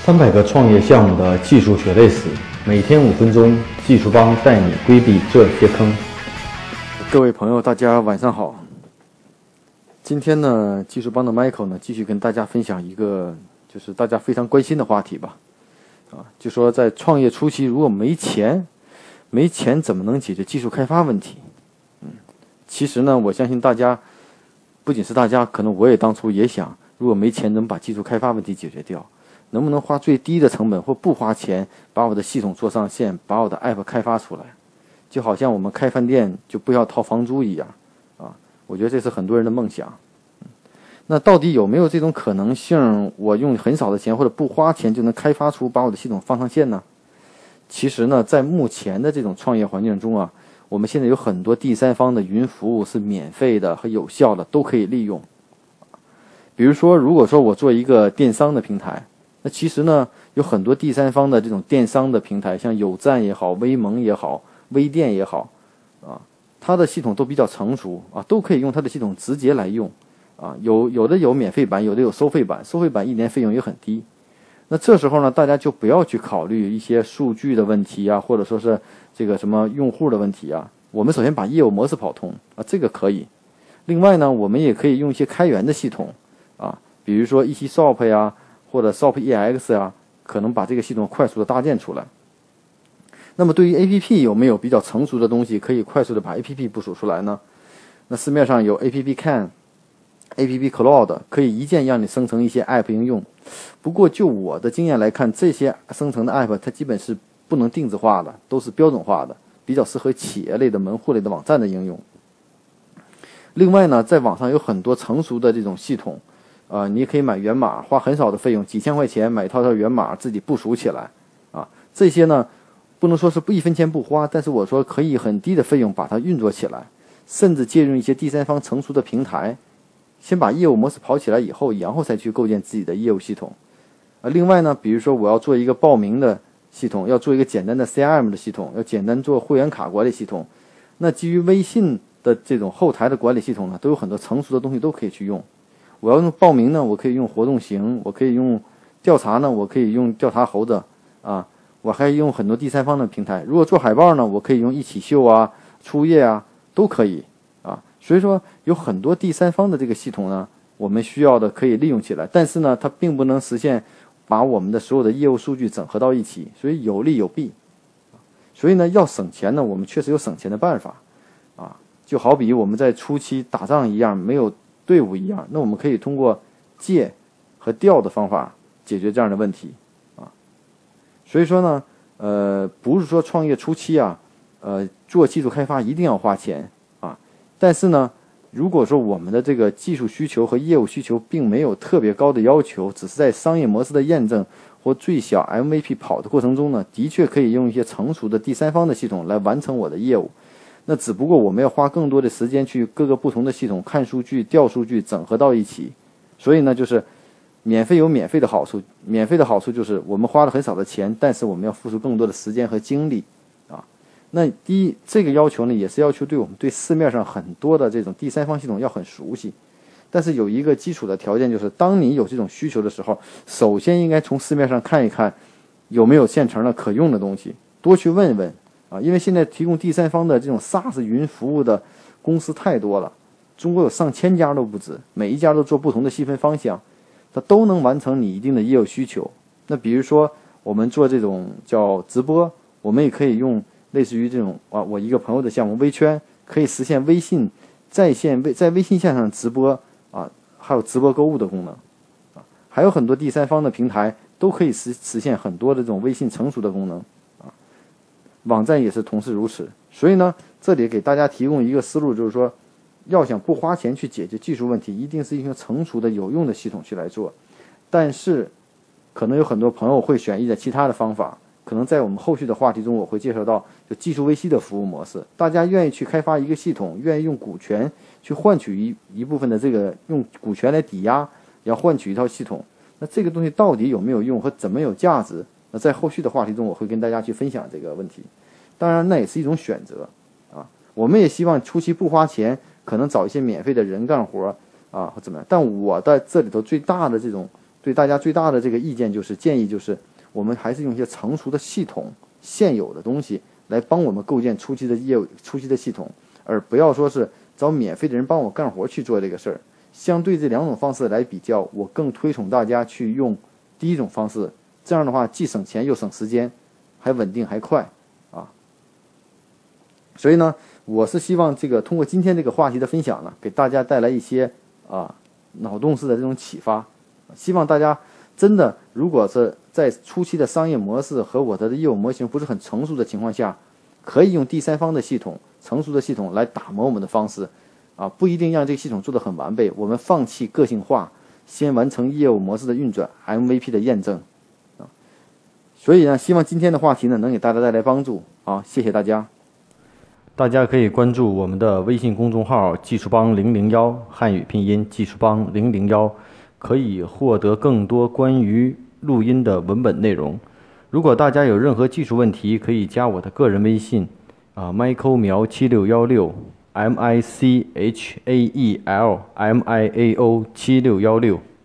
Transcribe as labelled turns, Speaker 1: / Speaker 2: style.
Speaker 1: 300个创业项目的技术血泪史，每天5分钟，技术帮带你规避这些坑。
Speaker 2: 各位朋友，大家晚上好。今天呢，技术帮的 Michael 呢，继续跟大家分享一个就是大家非常关心的话题吧。就说在创业初期，如果没钱怎么能解决技术开发问题？其实呢，我相信大家，不仅是大家，可能我也当初也想，如果没钱，能把技术开发问题解决掉。能不能花最低的成本或不花钱把我的系统做上线，把我的 app 开发出来，就好像我们开饭店就不要掏房租一样我觉得这是很多人的梦想。那到底有没有这种可能性，我用很少的钱或者不花钱就能开发出把我的系统放上线呢？其实呢，在目前的这种创业环境中我们现在有很多第三方的云服务是免费的和有效的，都可以利用。比如说，如果说我做一个电商的平台，那其实呢，有很多第三方的这种电商的平台，像有赞也好，微盟也好，微店也好它的系统都比较成熟都可以用它的系统直接来用有的有免费版，有的有收费版，收费版1年费用也很低。那这时候呢，大家就不要去考虑一些数据的问题或者说是这个什么用户的问题我们首先把业务模式跑通这个可以。另外呢，我们也可以用一些开源的系统比如说ECShop或者 SHOP EX 可能把这个系统快速的搭建出来。那么对于 APP 有没有比较成熟的东西可以快速的把 APP 部署出来呢？那市面上有 AppCan、App Cloud， 可以一键让你生成一些 App 应用。不过就我的经验来看，这些生成的 App 它基本是不能定制化的，都是标准化的，比较适合企业类的门户类的网站的应用。另外呢，在网上有很多成熟的这种系统你也可以买源码，花很少的费用，几千块钱买一套源码，自己部署起来这些呢不能说是1分钱不花，但是我说可以很低的费用把它运作起来，甚至借用一些第三方成熟的平台，先把业务模式跑起来以后，然后再去构建自己的业务系统另外呢，比如说我要做一个报名的系统，要做一个简单的 CRM 的系统，要简单做会员卡管理系统，那基于微信的这种后台的管理系统呢，都有很多成熟的东西都可以去用。我要用报名呢，我可以用活动型，我可以用调查呢，我可以用调查猴子我还用很多第三方的平台。如果做海报呢，我可以用一起秀初夜都可以所以说有很多第三方的这个系统呢，我们需要的可以利用起来，但是呢，它并不能实现把我们的所有的业务数据整合到一起，所以有利有弊所以呢，要省钱呢，我们确实有省钱的办法就好比我们在初期打仗一样，没有队伍一样，那我们可以通过借和调的方法解决这样的问题所以说呢不是说创业初期做技术开发一定要花钱但是呢，如果说我们的这个技术需求和业务需求并没有特别高的要求，只是在商业模式的验证或最小 MVP 跑的过程中呢，的确可以用一些成熟的第三方的系统来完成我的业务。那只不过我们要花更多的时间去各个不同的系统看数据、调数据，整合到一起。所以呢，就是免费有免费的好处，免费的好处就是我们花了很少的钱，但是我们要付出更多的时间和精力那第一，这个要求呢，也是要求对我们对市面上很多的这种第三方系统要很熟悉。但是有一个基础的条件，就是当你有这种需求的时候，首先应该从市面上看一看有没有现成的可用的东西，多去问问因为现在提供第三方的这种 SaaS 云服务的公司太多了，中国有上千家都不止，每一家都做不同的细分方向，它都能完成你一定的业务需求。那比如说我们做这种叫直播，我们也可以用类似于这种我一个朋友的项目微圈，可以实现微信在线在微信线上直播还有直播购物的功能还有很多第三方的平台都可以实现很多的这种微信成熟的功能网站也是同时如此。所以呢，这里给大家提供一个思路，就是说要想不花钱去解决技术问题，一定是一些成熟的有用的系统去来做。但是可能有很多朋友会选一点其他的方法，可能在我们后续的话题中我会介绍到就技术 VC 的服务模式，大家愿意去开发一个系统，愿意用股权去换取一部分的这个用股权来抵押，要换取一套系统，那这个东西到底有没有用和怎么有价值，那在后续的话题中我会跟大家去分享这个问题。当然那也是一种选择我们也希望初期不花钱，可能找一些免费的人干活或怎么样，但我的这里头最大的这种对大家最大的这个意见就是建议就是，我们还是用一些成熟的系统、现有的东西来帮我们构建初期的业务、初期的系统，而不要说是找免费的人帮我干活去做这个事儿。相对这两种方式来比较，我更推崇大家去用第一种方式，这样的话既省钱又省时间，还稳定还快啊。所以呢，我是希望这个通过今天这个话题的分享呢，给大家带来一些脑洞式的这种启发。希望大家真的，如果是在初期的商业模式和我的业务模型不是很成熟的情况下，可以用第三方的系统、成熟的系统来打磨我们的方式不一定让这个系统做得很完备，我们放弃个性化，先完成业务模式的运转 ，MVP 的验证所以呢，希望今天的话题呢能给大家带来帮助。好，谢谢大家。
Speaker 1: 大家可以关注我们的微信公众号“技术帮001”，汉语拼音“技术帮001”，可以获得更多关于录音的文本内容。如果大家有任何技术问题，可以加我的个人微信，Michael 苗7616 ，MICHAEL MIAO 7616。